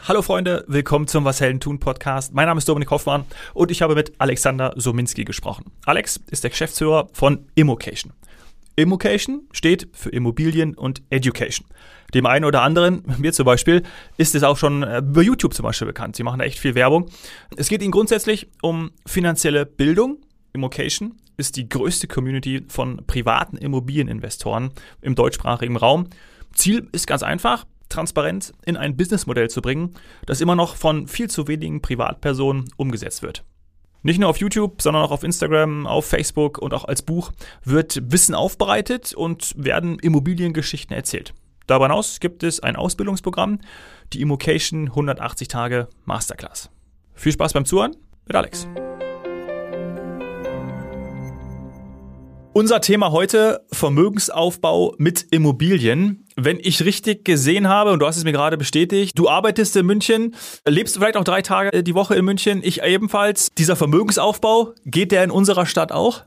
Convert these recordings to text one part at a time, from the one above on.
Hallo Freunde, willkommen zum Was Helden tun Podcast. Mein Name ist Dominik Hoffmann und ich habe mit Alexander Sominski gesprochen. Alex ist der Geschäftsführer von Immocation. Immocation steht für Immobilien und Education. Dem einen oder anderen, mir zum Beispiel, ist es auch schon über YouTube zum Beispiel bekannt. Sie machen da echt viel Werbung. Es geht ihnen grundsätzlich um finanzielle Bildung. Immocation ist die größte Community von privaten Immobilieninvestoren im deutschsprachigen Raum. Ziel ist ganz einfach: Transparenz in ein Businessmodell zu bringen, das immer noch von viel zu wenigen Privatpersonen umgesetzt wird. Nicht nur auf YouTube, sondern auch auf Instagram, auf Facebook und auch als Buch wird Wissen aufbereitet und werden Immobiliengeschichten erzählt. Darüber hinaus gibt es ein Ausbildungsprogramm, die Immocation 180 Tage Masterclass. Viel Spaß beim Zuhören mit Alex. Unser Thema heute: Vermögensaufbau mit Immobilien. Wenn ich richtig gesehen habe, und du hast es mir gerade bestätigt, du arbeitest in München, lebst vielleicht auch 3 Tage die Woche in München, ich ebenfalls. Dieser Vermögensaufbau, geht der in unserer Stadt auch?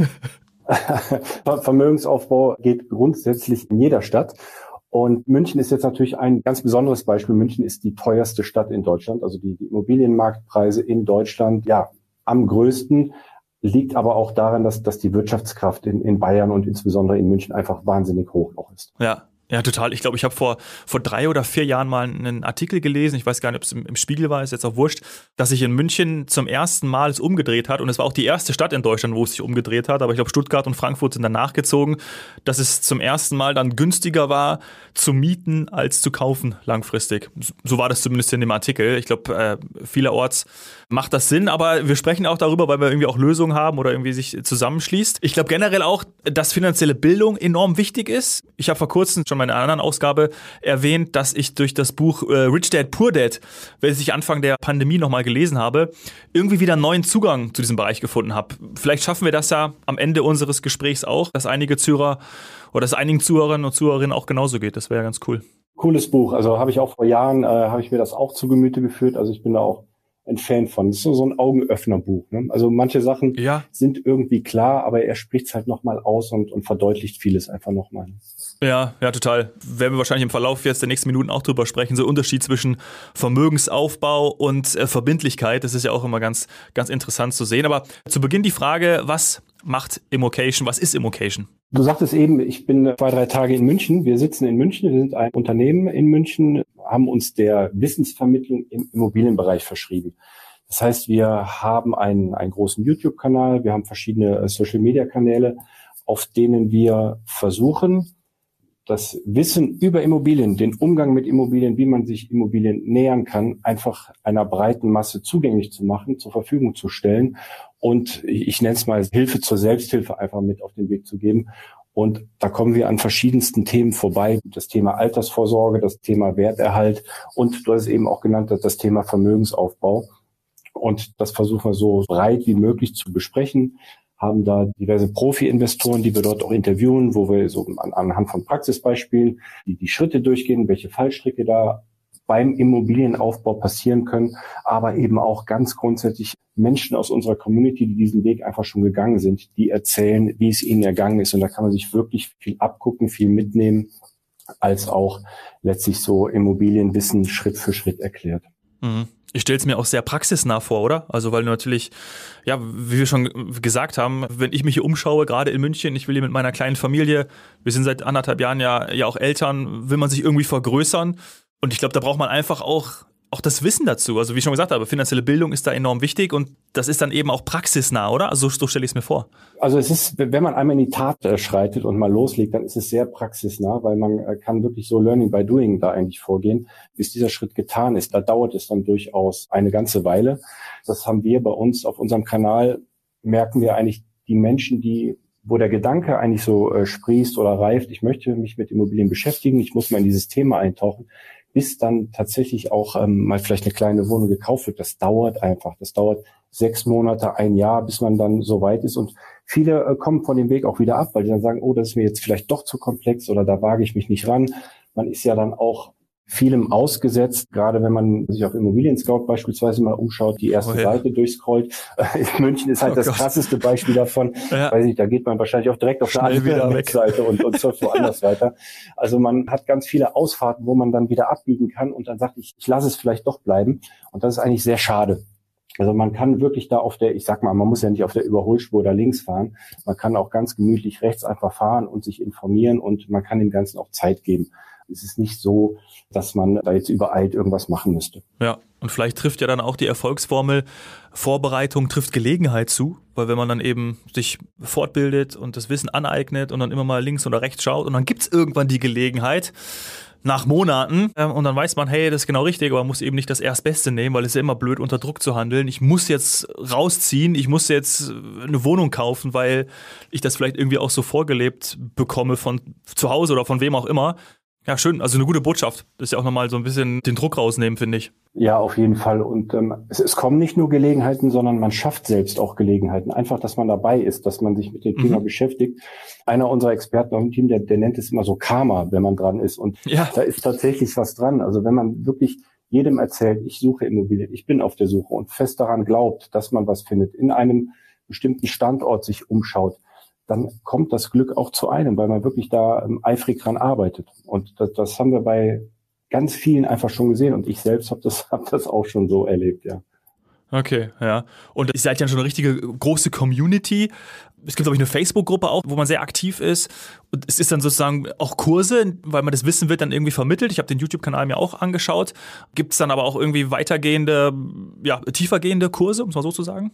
Vermögensaufbau geht grundsätzlich in jeder Stadt. Und München ist jetzt natürlich ein ganz besonderes Beispiel. München ist die teuerste Stadt in Deutschland. Also die Immobilienmarktpreise in Deutschland, ja, am größten. Liegt aber auch daran, dass die Wirtschaftskraft in Bayern und insbesondere in München einfach wahnsinnig hoch auch ist. Ja, total. Ich glaube, ich habe vor 3 oder 4 Jahren mal einen Artikel gelesen, ich weiß gar nicht, ob es im Spiegel war, ist jetzt auch wurscht, dass sich in München zum ersten Mal es umgedreht hat. Und es war auch die erste Stadt in Deutschland, wo es sich umgedreht hat. Aber ich glaube, Stuttgart und Frankfurt sind danach gezogen, dass es zum ersten Mal dann günstiger war zu mieten als zu kaufen langfristig. So war das zumindest in dem Artikel. Ich glaube, vielerorts macht das Sinn, aber wir sprechen auch darüber, weil wir irgendwie auch Lösungen haben oder irgendwie sich zusammenschließt. Ich glaube generell auch, dass finanzielle Bildung enorm wichtig ist. Ich habe vor kurzem schon in meiner anderen Ausgabe erwähnt, dass ich durch das Buch Rich Dad Poor Dad, welches ich Anfang der Pandemie nochmal gelesen habe, irgendwie wieder einen neuen Zugang zu diesem Bereich gefunden habe. Vielleicht schaffen wir das ja am Ende unseres Gesprächs auch, dass einige Zuhörer oder dass einigen Zuhörerinnen und Zuhörerinnen auch genauso geht. Das wäre ja ganz cool. Cooles Buch. Also habe ich auch vor Jahren, habe ich mir das auch zu Gemüte geführt. Also ich bin da auch ein Fan von. Das ist so ein Augenöffnerbuch. Ne? Also manche Sachen sind irgendwie klar, aber er spricht es halt nochmal aus und verdeutlicht vieles einfach nochmal. Ja, total. Werden wir wahrscheinlich im Verlauf jetzt der nächsten Minuten auch drüber sprechen. So ein Unterschied zwischen Vermögensaufbau und Verbindlichkeit. Das ist ja auch immer ganz, ganz interessant zu sehen. Aber zu Beginn die Frage: Was macht Immocation? Was ist Immocation? Du sagtest eben, ich bin 2-3 Tage in München. Wir sitzen in München. Wir sind ein Unternehmen in München, haben uns der Wissensvermittlung im Immobilienbereich verschrieben. Das heißt, wir haben einen großen YouTube-Kanal. Wir haben verschiedene Social-Media-Kanäle, auf denen wir versuchen, das Wissen über Immobilien, den Umgang mit Immobilien, wie man sich Immobilien nähern kann, einfach einer breiten Masse zugänglich zu machen, zur Verfügung zu stellen und ich nenne es mal Hilfe zur Selbsthilfe einfach mit auf den Weg zu geben. Und da kommen wir an verschiedensten Themen vorbei. Das Thema Altersvorsorge, das Thema Werterhalt und du hast es eben auch genannt, das Thema Vermögensaufbau. Und das versuchen wir so breit wie möglich zu besprechen. Haben da diverse Profi-Investoren, die wir dort auch interviewen, wo wir so anhand von Praxisbeispielen die Schritte durchgehen, welche Fallstricke da beim Immobilienaufbau passieren können, aber eben auch ganz grundsätzlich Menschen aus unserer Community, die diesen Weg einfach schon gegangen sind, die erzählen, wie es ihnen ergangen ist. Und da kann man sich wirklich viel abgucken, viel mitnehmen, als auch letztlich so Immobilienwissen Schritt für Schritt erklärt. Mhm. Ich stelle es mir auch sehr praxisnah vor, oder? Also weil natürlich, ja, wie wir schon gesagt haben, wenn ich mich hier umschaue, gerade in München, ich will hier mit meiner kleinen Familie, wir sind seit 1,5 Jahren ja auch Eltern, will man sich irgendwie vergrößern. Und ich glaube, da braucht man einfach auch das Wissen dazu. Also wie ich schon gesagt habe, finanzielle Bildung ist da enorm wichtig und das ist dann eben auch praxisnah, oder? Also so stelle ich es mir vor. Also es ist, wenn man einmal in die Tat schreitet und mal loslegt, dann ist es sehr praxisnah, weil man kann wirklich so Learning by Doing da eigentlich vorgehen, bis dieser Schritt getan ist. Da dauert es dann durchaus eine ganze Weile. Das haben wir bei uns auf unserem Kanal, merken wir eigentlich die Menschen, wo der Gedanke eigentlich so sprießt oder reift, ich möchte mich mit Immobilien beschäftigen, ich muss mal in dieses Thema eintauchen, bis dann tatsächlich auch mal vielleicht eine kleine Wohnung gekauft wird. Das dauert einfach. Das dauert 6 Monate, 1 Jahr, bis man dann so weit ist. Und viele kommen von dem Weg auch wieder ab, weil die dann sagen, oh, das ist mir jetzt vielleicht doch zu komplex oder da wage ich mich nicht ran. Man ist ja dann auch vielem ausgesetzt, gerade wenn man sich auf Immobilien Scout beispielsweise mal umschaut, die erste Seite durchscrollt. In München ist halt das krasseste Beispiel davon. Weiß nicht, da geht man wahrscheinlich auch direkt auf eine andere Webseite und surft woanders weiter. Also man hat ganz viele Ausfahrten, wo man dann wieder abbiegen kann und dann sagt, ich lasse es vielleicht doch bleiben. Und das ist eigentlich sehr schade. Also man kann wirklich da auf der, ich sag mal, man muss ja nicht auf der Überholspur da links fahren. Man kann auch ganz gemütlich rechts einfach fahren und sich informieren und man kann dem Ganzen auch Zeit geben. Es ist nicht so, dass man da jetzt übereilt irgendwas machen müsste. Ja, und vielleicht trifft ja dann auch die Erfolgsformel, Vorbereitung trifft Gelegenheit zu, weil wenn man dann eben sich fortbildet und das Wissen aneignet und dann immer mal links oder rechts schaut und dann gibt's irgendwann die Gelegenheit, nach Monaten und dann weiß man, hey, das ist genau richtig, aber man muss eben nicht das Erstbeste nehmen, weil es ist ja immer blöd, unter Druck zu handeln. Ich muss jetzt rausziehen, ich muss jetzt eine Wohnung kaufen, weil ich das vielleicht irgendwie auch so vorgelebt bekomme von zu Hause oder von wem auch immer. Ja, schön, also eine gute Botschaft. Das ist ja auch nochmal so ein bisschen den Druck rausnehmen, finde ich. Ja, auf jeden Fall. Und es kommen nicht nur Gelegenheiten, sondern man schafft selbst auch Gelegenheiten. Einfach, dass man dabei ist, dass man sich mit dem Thema beschäftigt. Einer unserer Experten auf dem Team, der nennt es immer so Karma, wenn man dran ist. Und da ist tatsächlich was dran. Also wenn man wirklich jedem erzählt, ich suche Immobilien, ich bin auf der Suche und fest daran glaubt, dass man was findet, in einem bestimmten Standort sich umschaut, dann kommt das Glück auch zu einem, weil man wirklich da eifrig dran arbeitet. Und das haben wir bei ganz vielen einfach schon gesehen. Und ich selbst habe das auch schon so erlebt, ja. Okay, ja. Und ihr seid ja schon eine richtige große Community. Es gibt, glaube ich, eine Facebook-Gruppe auch, wo man sehr aktiv ist. Und es ist dann sozusagen auch Kurse, weil man das Wissen wird dann irgendwie vermittelt. Ich habe den YouTube-Kanal mir auch angeschaut. Gibt es dann aber auch irgendwie weitergehende, tiefergehende Kurse, um es mal so zu sagen?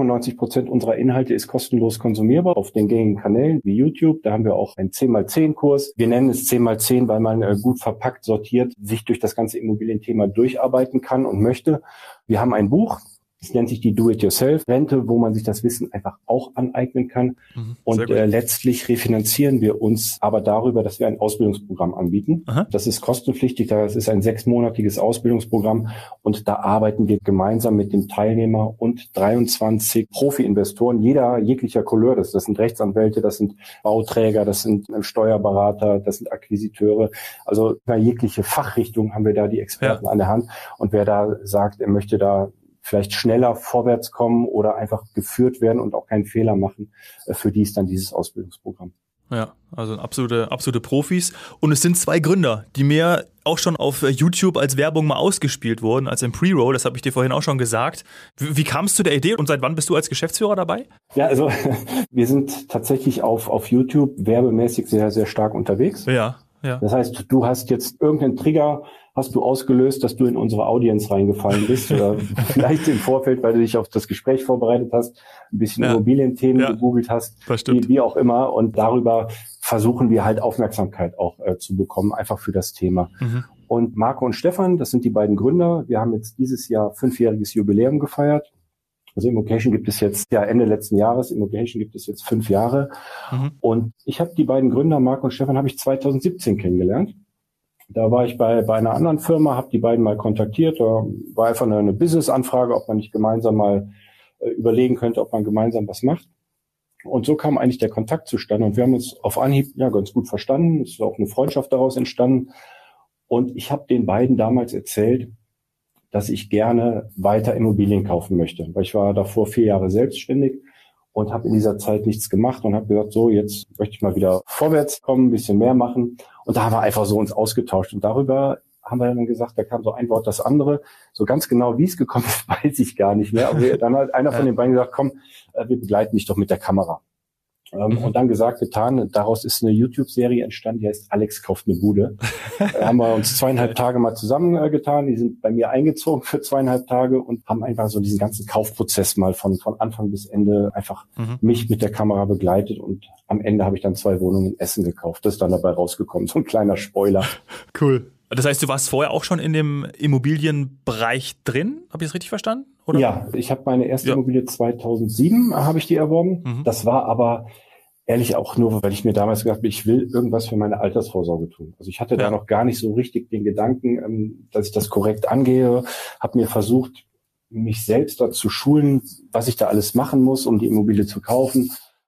95% unserer Inhalte ist kostenlos konsumierbar auf den gängigen Kanälen wie YouTube. Da haben wir auch einen 10x10-Kurs. Wir nennen es 10x10, weil man gut verpackt, sortiert sich durch das ganze Immobilienthema durcharbeiten kann und möchte. Wir haben ein Buch. Das nennt sich die Do-it-yourself-Rente, wo man sich das Wissen einfach auch aneignen kann. Und letztlich refinanzieren wir uns aber darüber, dass wir ein Ausbildungsprogramm anbieten. Aha. Das ist kostenpflichtig, das ist ein 6-monatiges Ausbildungsprogramm und da arbeiten wir gemeinsam mit dem Teilnehmer und 23 Profi-Investoren jeglicher Couleur. Das sind Rechtsanwälte, das sind Bauträger, das sind Steuerberater, das sind Akquisiteure. Also über jegliche Fachrichtung haben wir da die Experten an der Hand. Und wer da sagt, er möchte da vielleicht schneller vorwärts kommen oder einfach geführt werden und auch keinen Fehler machen, für die ist dann dieses Ausbildungsprogramm. Ja, also absolute Profis. Und es sind 2 Gründer, die mir auch schon auf YouTube als Werbung mal ausgespielt wurden, als im Pre-Roll, das habe ich dir vorhin auch schon gesagt. Wie kamst du der Idee und seit wann bist du als Geschäftsführer dabei? Ja, also wir sind tatsächlich auf YouTube werbemäßig sehr, sehr stark unterwegs. Ja. Das heißt, du hast jetzt irgendeinen Trigger, hast du ausgelöst, dass du in unsere Audience reingefallen bist oder vielleicht im Vorfeld, weil du dich auf das Gespräch vorbereitet hast, ein bisschen Immobilienthemen gegoogelt hast, wie auch immer. Und darüber versuchen wir halt Aufmerksamkeit auch zu bekommen, einfach für das Thema. Und Marco und Stefan, das sind die beiden Gründer. Wir haben jetzt dieses Jahr 5-jähriges Jubiläum gefeiert. Also Immocation gibt es jetzt, Ende letzten Jahres, Immocation gibt es jetzt 5 Jahre. Und ich habe die beiden Gründer, Marco und Stefan, habe ich 2017 kennengelernt. Da war ich bei einer anderen Firma, habe die beiden mal kontaktiert. Da war einfach eine Business-Anfrage, ob man nicht gemeinsam mal überlegen könnte, ob man gemeinsam was macht. Und so kam eigentlich der Kontakt zustande. Und wir haben uns auf Anhieb ganz gut verstanden. Es ist auch eine Freundschaft daraus entstanden. Und ich habe den beiden damals erzählt, dass ich gerne weiter Immobilien kaufen möchte. Weil ich war davor 4 Jahre selbstständig und habe in dieser Zeit nichts gemacht und habe gesagt, so, jetzt möchte ich mal wieder vorwärts kommen, ein bisschen mehr machen. Und da haben wir einfach so uns ausgetauscht. Und darüber haben wir dann gesagt, da kam so ein Wort das andere. So ganz genau, wie es gekommen ist, weiß ich gar nicht mehr. Aber dann hat einer von den beiden gesagt, komm, wir begleiten dich doch mit der Kamera. Und dann gesagt, getan, daraus ist eine YouTube-Serie entstanden, die heißt Alex kauft eine Bude. Haben wir uns 2,5 Tage mal zusammengetan, die sind bei mir eingezogen für 2,5 Tage und haben einfach so diesen ganzen Kaufprozess mal von Anfang bis Ende einfach mich mit der Kamera begleitet und am Ende habe ich dann 2 Wohnungen in Essen gekauft. Das ist dann dabei rausgekommen, so ein kleiner Spoiler. Cool. Das heißt, du warst vorher auch schon in dem Immobilienbereich drin? Habe ich das richtig verstanden? Oder? Ja, ich habe meine erste Immobilie 2007 habe ich die erworben. Das war aber ehrlich auch nur, weil ich mir damals gedacht habe, ich will irgendwas für meine Altersvorsorge tun. Also ich hatte da noch gar nicht so richtig den Gedanken, dass ich das korrekt angehe. Habe mir versucht, mich selbst da zu schulen, was ich da alles machen muss, um die Immobilie zu kaufen.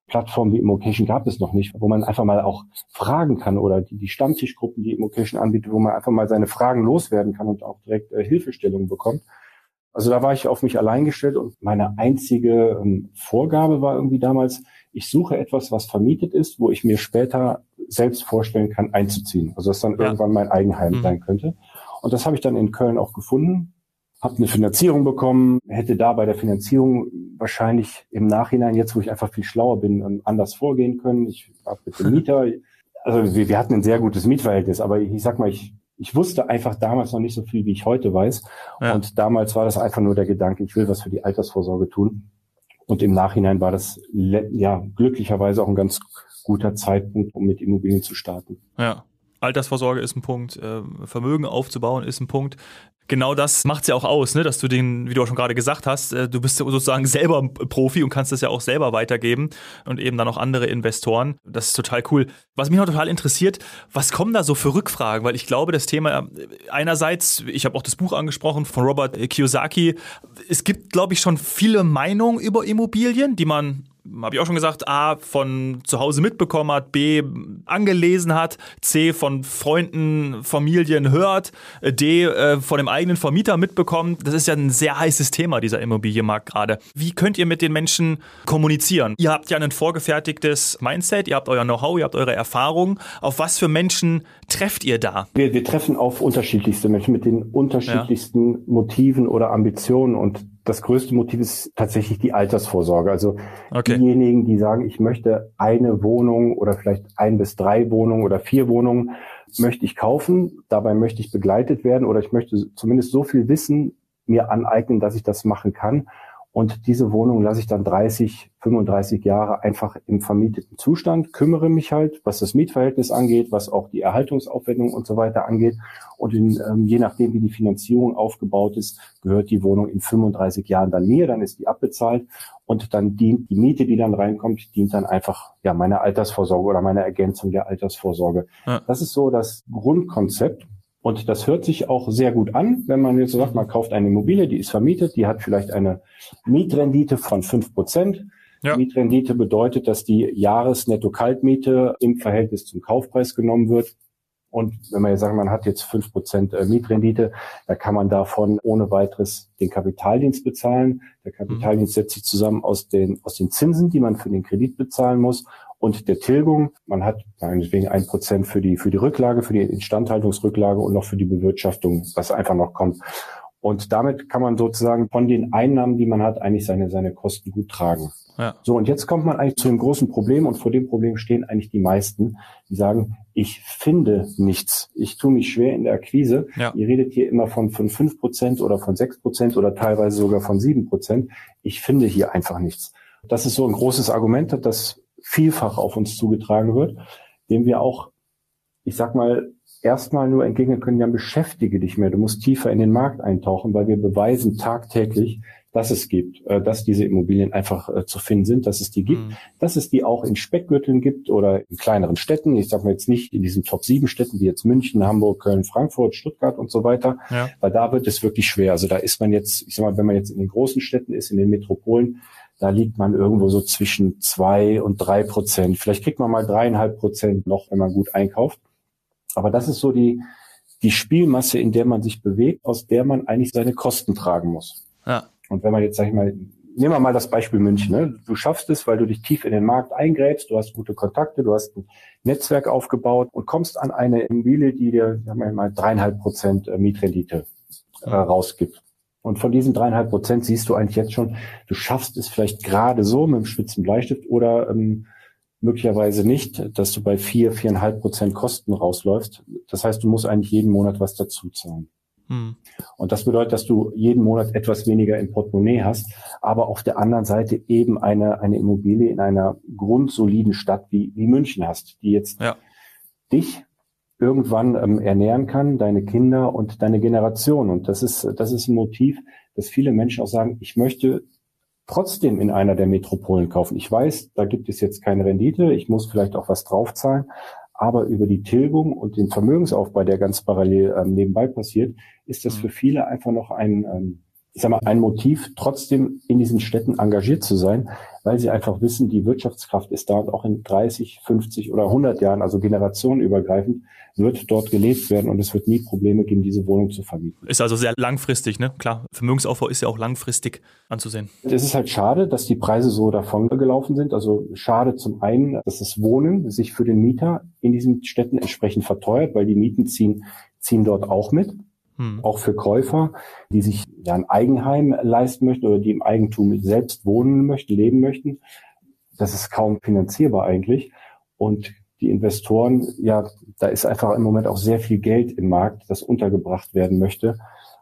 Plattformen wie Immocation gab es noch nicht, wo man einfach mal auch fragen kann oder die Stammtischgruppen, die Immocation anbietet, wo man einfach mal seine Fragen loswerden kann und auch direkt Hilfestellungen bekommt. Also da war ich auf mich allein gestellt und meine einzige Vorgabe war irgendwie damals, ich suche etwas, was vermietet ist, wo ich mir später selbst vorstellen kann, einzuziehen. Also dass dann irgendwann mein Eigenheim sein könnte. Und das habe ich dann in Köln auch gefunden, habe eine Finanzierung bekommen, hätte da bei der Finanzierung wahrscheinlich im Nachhinein, jetzt wo ich einfach viel schlauer bin, anders vorgehen können. Ich habe mit dem Mieter, also wir hatten ein sehr gutes Mietverhältnis, aber ich sag mal, ich wusste einfach damals noch nicht so viel, wie ich heute weiß. Ja. Und damals war das einfach nur der Gedanke, ich will was für die Altersvorsorge tun. Und im Nachhinein war das glücklicherweise auch ein ganz guter Zeitpunkt, um mit Immobilien zu starten. Ja, Altersvorsorge ist ein Punkt, Vermögen aufzubauen ist ein Punkt. Genau das macht's ja auch aus, ne, dass du wie du auch schon gerade gesagt hast, du bist sozusagen selber Profi und kannst das ja auch selber weitergeben und eben dann auch andere Investoren. Das ist total cool. Was mich noch total interessiert, was kommen da so für Rückfragen? Weil ich glaube, das Thema einerseits, ich habe auch das Buch angesprochen von Robert Kiyosaki, es gibt, glaube ich, schon viele Meinungen über Immobilien, die man, habe ich auch schon gesagt, A, von zu Hause mitbekommen hat, B, angelesen hat, C, von Freunden, Familien hört, D, von dem eigenen Vermieter mitbekommen. Das ist ja ein sehr heißes Thema, dieser Immobilienmarkt gerade. Wie könnt ihr mit den Menschen kommunizieren? Ihr habt ja ein vorgefertigtes Mindset, ihr habt euer Know-how, ihr habt eure Erfahrungen. Auf was für Menschen trefft ihr da? Wir treffen auf unterschiedlichste Menschen mit den unterschiedlichsten Motiven oder Ambitionen und das größte Motiv ist tatsächlich die Altersvorsorge. Also diejenigen, die sagen, ich möchte eine Wohnung oder vielleicht 1 bis 3 Wohnungen oder 4 Wohnungen möchte ich kaufen. Dabei möchte ich begleitet werden oder ich möchte zumindest so viel Wissen mir aneignen, dass ich das machen kann. Und diese Wohnung lasse ich dann 30, 35 Jahre einfach im vermieteten Zustand, kümmere mich halt, was das Mietverhältnis angeht, was auch die Erhaltungsaufwendung und so weiter angeht. Und je nachdem, wie die Finanzierung aufgebaut ist, gehört die Wohnung in 35 Jahren dann mir, dann ist die abbezahlt und dann dient die Miete, die dann reinkommt, dient dann einfach meiner Altersvorsorge oder meiner Ergänzung der Altersvorsorge. Ja. Das ist so das Grundkonzept. Und das hört sich auch sehr gut an, wenn man jetzt so sagt, man kauft eine Immobilie, die ist vermietet, die hat vielleicht eine Mietrendite von 5%. Ja. Mietrendite bedeutet, dass die Jahresnetto-Kaltmiete im Verhältnis zum Kaufpreis genommen wird. Und wenn man jetzt sagt, man hat jetzt 5% Mietrendite, da kann man davon ohne weiteres den Kapitaldienst bezahlen. Der Kapitaldienst setzt sich zusammen aus den Zinsen, die man für den Kredit bezahlen muss, und der Tilgung. Man hat meinetwegen 1% für die Rücklage, für die Instandhaltungsrücklage und noch für die Bewirtschaftung, was einfach noch kommt. Und damit kann man sozusagen von den Einnahmen, die man hat, eigentlich seine Kosten gut tragen. Ja. So, und jetzt kommt man eigentlich zu dem großen Problem, und vor dem Problem stehen eigentlich die meisten, die sagen, ich finde nichts. Ich tue mich schwer in der Akquise. Ja. Ihr redet hier immer von 5% oder von 6% oder teilweise sogar von 7%. Ich finde hier einfach nichts. Das ist so ein großes Argument, das vielfach auf uns zugetragen wird, dem wir auch, ich sag mal, erstmal nur entgegnen können, ja, beschäftige dich mehr. Du musst tiefer in den Markt eintauchen, weil wir beweisen tagtäglich, dass es gibt, dass diese Immobilien einfach zu finden sind, dass es die gibt, dass es die auch in Speckgürteln gibt oder in kleineren Städten. Ich sage mal jetzt nicht in diesen Top-7 Städten wie jetzt München, Hamburg, Köln, Frankfurt, Stuttgart und so weiter, weil da wird es wirklich schwer. Also da ist man jetzt, ich sag mal, wenn man jetzt in den großen Städten ist, in den Metropolen, da liegt man irgendwo so zwischen 2 und 3%. Vielleicht kriegt man mal 3,5% noch, wenn man gut einkauft. Aber das ist so die Spielmasse, in der man sich bewegt, aus der man eigentlich seine Kosten tragen muss. Ja. Und wenn man jetzt, sag ich mal, nehmen wir mal das Beispiel München, ne? Du schaffst es, weil du dich tief in den Markt eingräbst, du hast gute Kontakte, du hast ein Netzwerk aufgebaut und kommst an eine Immobilie, die dir, sagen wir mal, 3,5% Mietrendite rausgibt. Und von diesen 3,5% siehst du eigentlich jetzt schon, du schaffst es vielleicht gerade so mit dem spitzen Bleistift oder möglicherweise nicht, dass du bei 4,5% Kosten rausläufst. Das heißt, du musst eigentlich jeden Monat was dazu zahlen. Und das bedeutet, dass du jeden Monat etwas weniger im Portemonnaie hast, aber auf der anderen Seite eben eine Immobilie in einer grundsoliden Stadt wie München hast, die jetzt dich irgendwann ernähren kann, deine Kinder und deine Generation. Und das ist ein Motiv, dass viele Menschen auch sagen, ich möchte trotzdem in einer der Metropolen kaufen. Ich weiß, da gibt es jetzt keine Rendite, ich muss vielleicht auch was draufzahlen, aber über die Tilgung und den Vermögensaufbau, der ganz parallel nebenbei passiert, ist das für viele einfach noch ein ich sag mal, ein Motiv, trotzdem in diesen Städten engagiert zu sein, weil sie einfach wissen, die Wirtschaftskraft ist da und auch in 30, 50 oder 100 Jahren, also generationenübergreifend, wird dort gelebt werden und es wird nie Probleme geben, diese Wohnung zu vermieten. Ist also sehr langfristig, ne? Klar, Vermögensaufbau ist ja auch langfristig anzusehen. Es ist halt schade, dass die Preise so davon gelaufen sind. Also schade zum einen, dass das Wohnen sich für den Mieter in diesen Städten entsprechend verteuert, weil die Mieten ziehen dort auch mit. Auch für Käufer, die sich ja ein Eigenheim leisten möchten oder die im Eigentum selbst wohnen möchten, leben möchten. Das ist kaum finanzierbar eigentlich. Und die Investoren, ja, da ist einfach im Moment auch sehr viel Geld im Markt, das untergebracht werden möchte,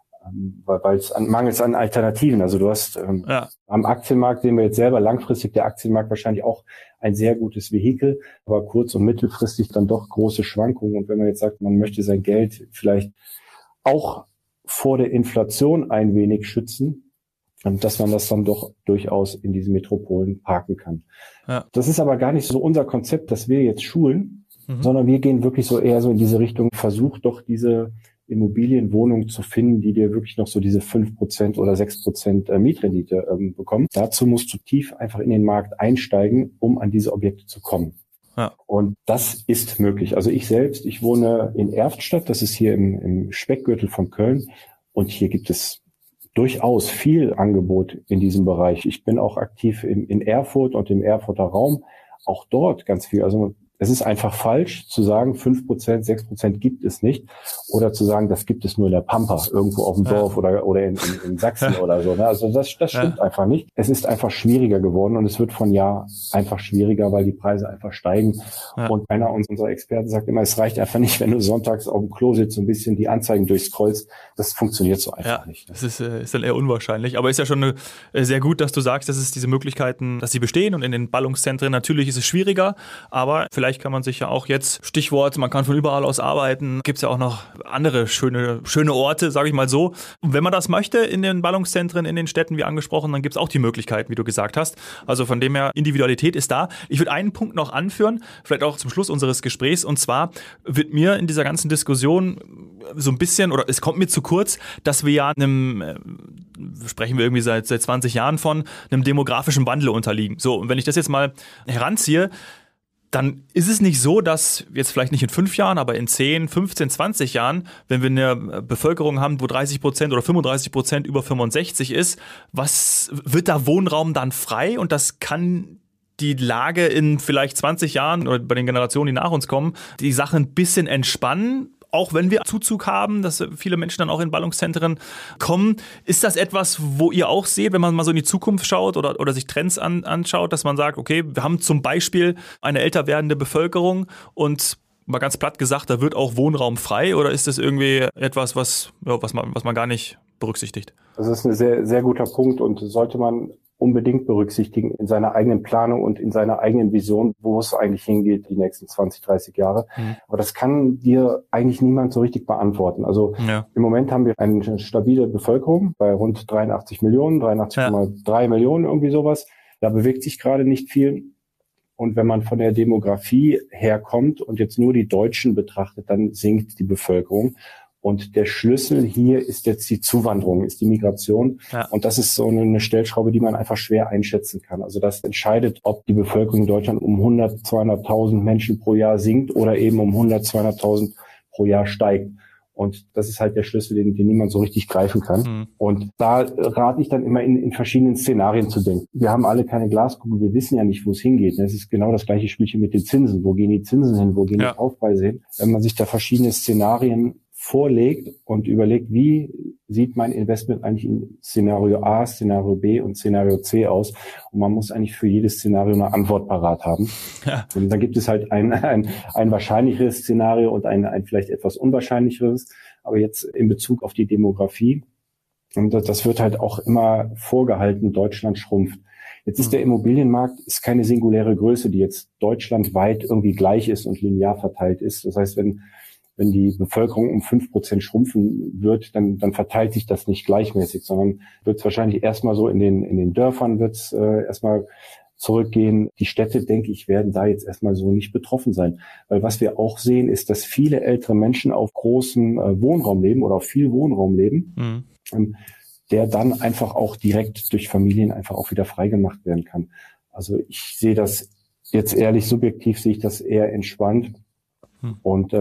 weil es mangels an Alternativen. Also du hast am Aktienmarkt, sehen wir jetzt selber, langfristig der Aktienmarkt wahrscheinlich auch ein sehr gutes Vehikel, aber kurz- und mittelfristig dann doch große Schwankungen. Und wenn man jetzt sagt, man möchte sein Geld vielleicht auch vor der Inflation ein wenig schützen, dass man das dann doch durchaus in diesen Metropolen parken kann. Ja. Das ist aber gar nicht so unser Konzept, dass wir jetzt schulen, sondern wir gehen wirklich so eher so in diese Richtung, versuch doch diese Immobilienwohnungen zu finden, die dir wirklich noch so diese 5% oder 6% Mietrendite bekommen. Dazu musst du tief einfach in den Markt einsteigen, um an diese Objekte zu kommen. Ja. Und das ist möglich. Also ich wohne in Erftstadt, das ist hier im Speckgürtel von Köln. Und hier gibt es durchaus viel Angebot in diesem Bereich. Ich bin auch aktiv in Erfurt und im Erfurter Raum. Auch dort ganz viel. Also es ist einfach falsch zu sagen, 5%, 6% gibt es nicht. Oder zu sagen, das gibt es nur in der Pampa, irgendwo auf dem Dorf oder in Sachsen oder so. Also das stimmt einfach nicht. Es ist einfach schwieriger geworden und es wird von Jahr einfach schwieriger, weil die Preise einfach steigen. Ja. Und einer unserer Experten sagt immer, es reicht einfach nicht, wenn du sonntags auf dem Klo sitzt und ein bisschen die Anzeigen durchscrollst. Das funktioniert so einfach nicht. Das ist dann eher unwahrscheinlich. Aber ist ja schon sehr gut, dass du sagst, dass es diese Möglichkeiten, dass sie bestehen. Und in den Ballungszentren natürlich ist es schwieriger, aber vielleicht kann man sich ja auch jetzt, Stichwort, man kann von überall aus arbeiten, gibt es ja auch noch andere schöne Orte, sage ich mal so. Und wenn man das möchte in den Ballungszentren, in den Städten, wie angesprochen, dann gibt es auch die Möglichkeiten, wie du gesagt hast. Also von dem her, Individualität ist da. Ich würde einen Punkt noch anführen, vielleicht auch zum Schluss unseres Gesprächs, und zwar wird mir in dieser ganzen Diskussion so ein bisschen, oder es kommt mir zu kurz, dass wir ja sprechen wir irgendwie seit 20 Jahren von einem demografischen Wandel unterliegen. So, und wenn ich das jetzt mal heranziehe, dann ist es nicht so, dass jetzt vielleicht nicht in 5 Jahren, aber in 10, 15, 20 Jahren, wenn wir eine Bevölkerung haben, wo 30% oder 35% über 65 ist, was wird da Wohnraum dann frei? Und das kann die Lage in vielleicht 20 Jahren oder bei den Generationen, die nach uns kommen, die Sache ein bisschen entspannen. Auch wenn wir Zuzug haben, dass viele Menschen dann auch in Ballungszentren kommen. Ist das etwas, wo ihr auch seht, wenn man mal so in die Zukunft schaut oder sich Trends anschaut, dass man sagt, okay, wir haben zum Beispiel eine älter werdende Bevölkerung und mal ganz platt gesagt, da wird auch Wohnraum frei, oder ist das irgendwie etwas, was man gar nicht berücksichtigt? Das ist ein sehr, sehr guter Punkt und sollte man unbedingt berücksichtigen in seiner eigenen Planung und in seiner eigenen Vision, wo es eigentlich hingeht die nächsten 20, 30 Jahre. Aber das kann dir eigentlich niemand so richtig beantworten. Also im Moment haben wir eine stabile Bevölkerung bei rund 83 Millionen, 83,3 Millionen, irgendwie sowas. Da bewegt sich gerade nicht viel. Und wenn man von der Demografie herkommt und jetzt nur die Deutschen betrachtet, dann sinkt die Bevölkerung. Und der Schlüssel hier ist jetzt die Zuwanderung, ist die Migration. Ja. Und das ist so eine Stellschraube, die man einfach schwer einschätzen kann. Also das entscheidet, ob die Bevölkerung in Deutschland um 100, 200.000 Menschen pro Jahr sinkt oder eben um 100, 200.000 pro Jahr steigt. Und das ist halt der Schlüssel, den niemand so richtig greifen kann. Und da rate ich dann immer in verschiedenen Szenarien zu denken. Wir haben alle keine Glaskugel, wir wissen ja nicht, wo es hingeht. Es ist genau das gleiche Spielchen mit den Zinsen. Wo gehen die Zinsen hin? Wo gehen die Kaufpreise hin? Wenn man sich da verschiedene Szenarien vorlegt und überlegt, wie sieht mein Investment eigentlich in Szenario A, Szenario B und Szenario C aus. Und man muss eigentlich für jedes Szenario eine Antwort parat haben. Ja. Und dann gibt es halt ein wahrscheinlicheres Szenario und ein vielleicht etwas unwahrscheinlicheres. Aber jetzt in Bezug auf die Demografie, und das wird halt auch immer vorgehalten, Deutschland schrumpft. Jetzt ist der Immobilienmarkt ist keine singuläre Größe, die jetzt deutschlandweit irgendwie gleich ist und linear verteilt ist. Das heißt, wenn die Bevölkerung um 5% schrumpfen wird, dann verteilt sich das nicht gleichmäßig, sondern wird es wahrscheinlich erstmal so in den Dörfern wird es erstmal zurückgehen. Die Städte, denke ich, werden da jetzt erstmal so nicht betroffen sein. Weil was wir auch sehen, ist, dass viele ältere Menschen auf großem Wohnraum leben oder auf viel Wohnraum leben. der dann einfach auch direkt durch Familien einfach auch wieder freigemacht werden kann. Also ich sehe das jetzt ehrlich subjektiv, sehe ich das eher entspannt und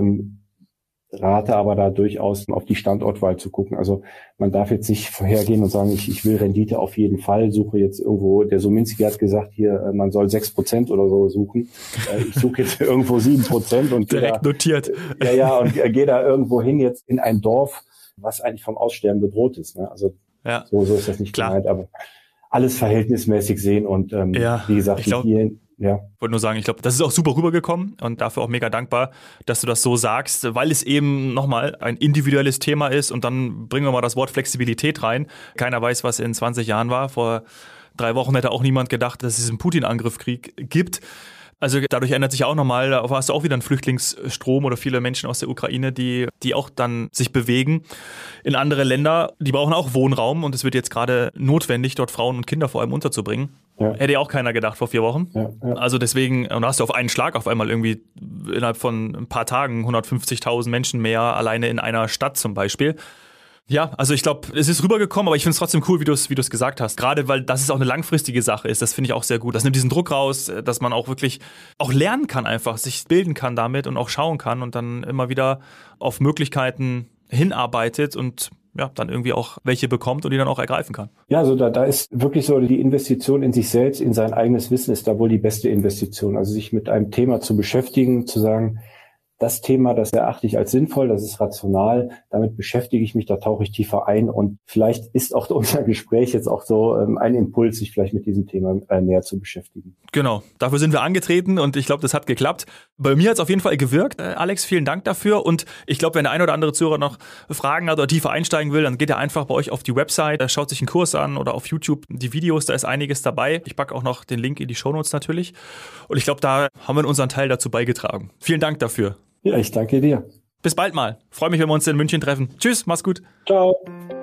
rate aber da durchaus auf die Standortwahl zu gucken. Also man darf jetzt nicht vorhergehen und sagen, ich will Rendite auf jeden Fall, suche jetzt irgendwo, der Sominski hat gesagt, hier, man soll 6% oder so suchen. Ich suche jetzt irgendwo 7% und direkt notiert. Und gehe da irgendwo hin jetzt in ein Dorf, was eigentlich vom Aussterben bedroht ist. Ne? Also so ist das nicht gemeint, aber alles verhältnismäßig sehen und wie gesagt, ich wollte nur sagen, ich glaube, das ist auch super rübergekommen und dafür auch mega dankbar, dass du das so sagst, weil es eben nochmal ein individuelles Thema ist und dann bringen wir mal das Wort Flexibilität rein. Keiner weiß, was in 20 Jahren war. Vor 3 Wochen hätte auch niemand gedacht, dass es einen Putin-Angriffskrieg gibt. Also dadurch ändert sich ja auch nochmal, da hast du auch wieder einen Flüchtlingsstrom oder viele Menschen aus der Ukraine, die auch dann sich bewegen in andere Länder. Die brauchen auch Wohnraum und es wird jetzt gerade notwendig, dort Frauen und Kinder vor allem unterzubringen. Ja. Hätte ja auch keiner gedacht vor 4 Wochen. Ja. Also deswegen, und da hast du auf einen Schlag auf einmal irgendwie innerhalb von ein paar Tagen 150.000 Menschen mehr alleine in einer Stadt zum Beispiel. Ja, also ich glaube, es ist rübergekommen, aber ich finde es trotzdem cool, wie du es gesagt hast. Gerade weil das auch eine langfristige Sache ist, das finde ich auch sehr gut. Das nimmt diesen Druck raus, dass man auch wirklich auch lernen kann einfach, sich bilden kann damit und auch schauen kann und dann immer wieder auf Möglichkeiten hinarbeitet und dann irgendwie auch welche bekommt und die dann auch ergreifen kann. Ja, also da ist wirklich so, die Investition in sich selbst, in sein eigenes Wissen ist da wohl die beste Investition. Also sich mit einem Thema zu beschäftigen, zu sagen, das Thema, das erachte ich als sinnvoll, das ist rational, damit beschäftige ich mich, da tauche ich tiefer ein und vielleicht ist auch unser Gespräch jetzt auch so ein Impuls, sich vielleicht mit diesem Thema näher zu beschäftigen. Genau, dafür sind wir angetreten und ich glaube, das hat geklappt. Bei mir hat es auf jeden Fall gewirkt. Alex, vielen Dank dafür und ich glaube, wenn der ein oder andere Zuhörer noch Fragen hat oder tiefer einsteigen will, dann geht er einfach bei euch auf die Website, schaut sich einen Kurs an oder auf YouTube die Videos, da ist einiges dabei. Ich packe auch noch den Link in die Shownotes natürlich und ich glaube, da haben wir unseren Teil dazu beigetragen. Vielen Dank dafür. Ja, ich danke dir. Bis bald mal. Freue mich, wenn wir uns in München treffen. Tschüss, mach's gut. Ciao.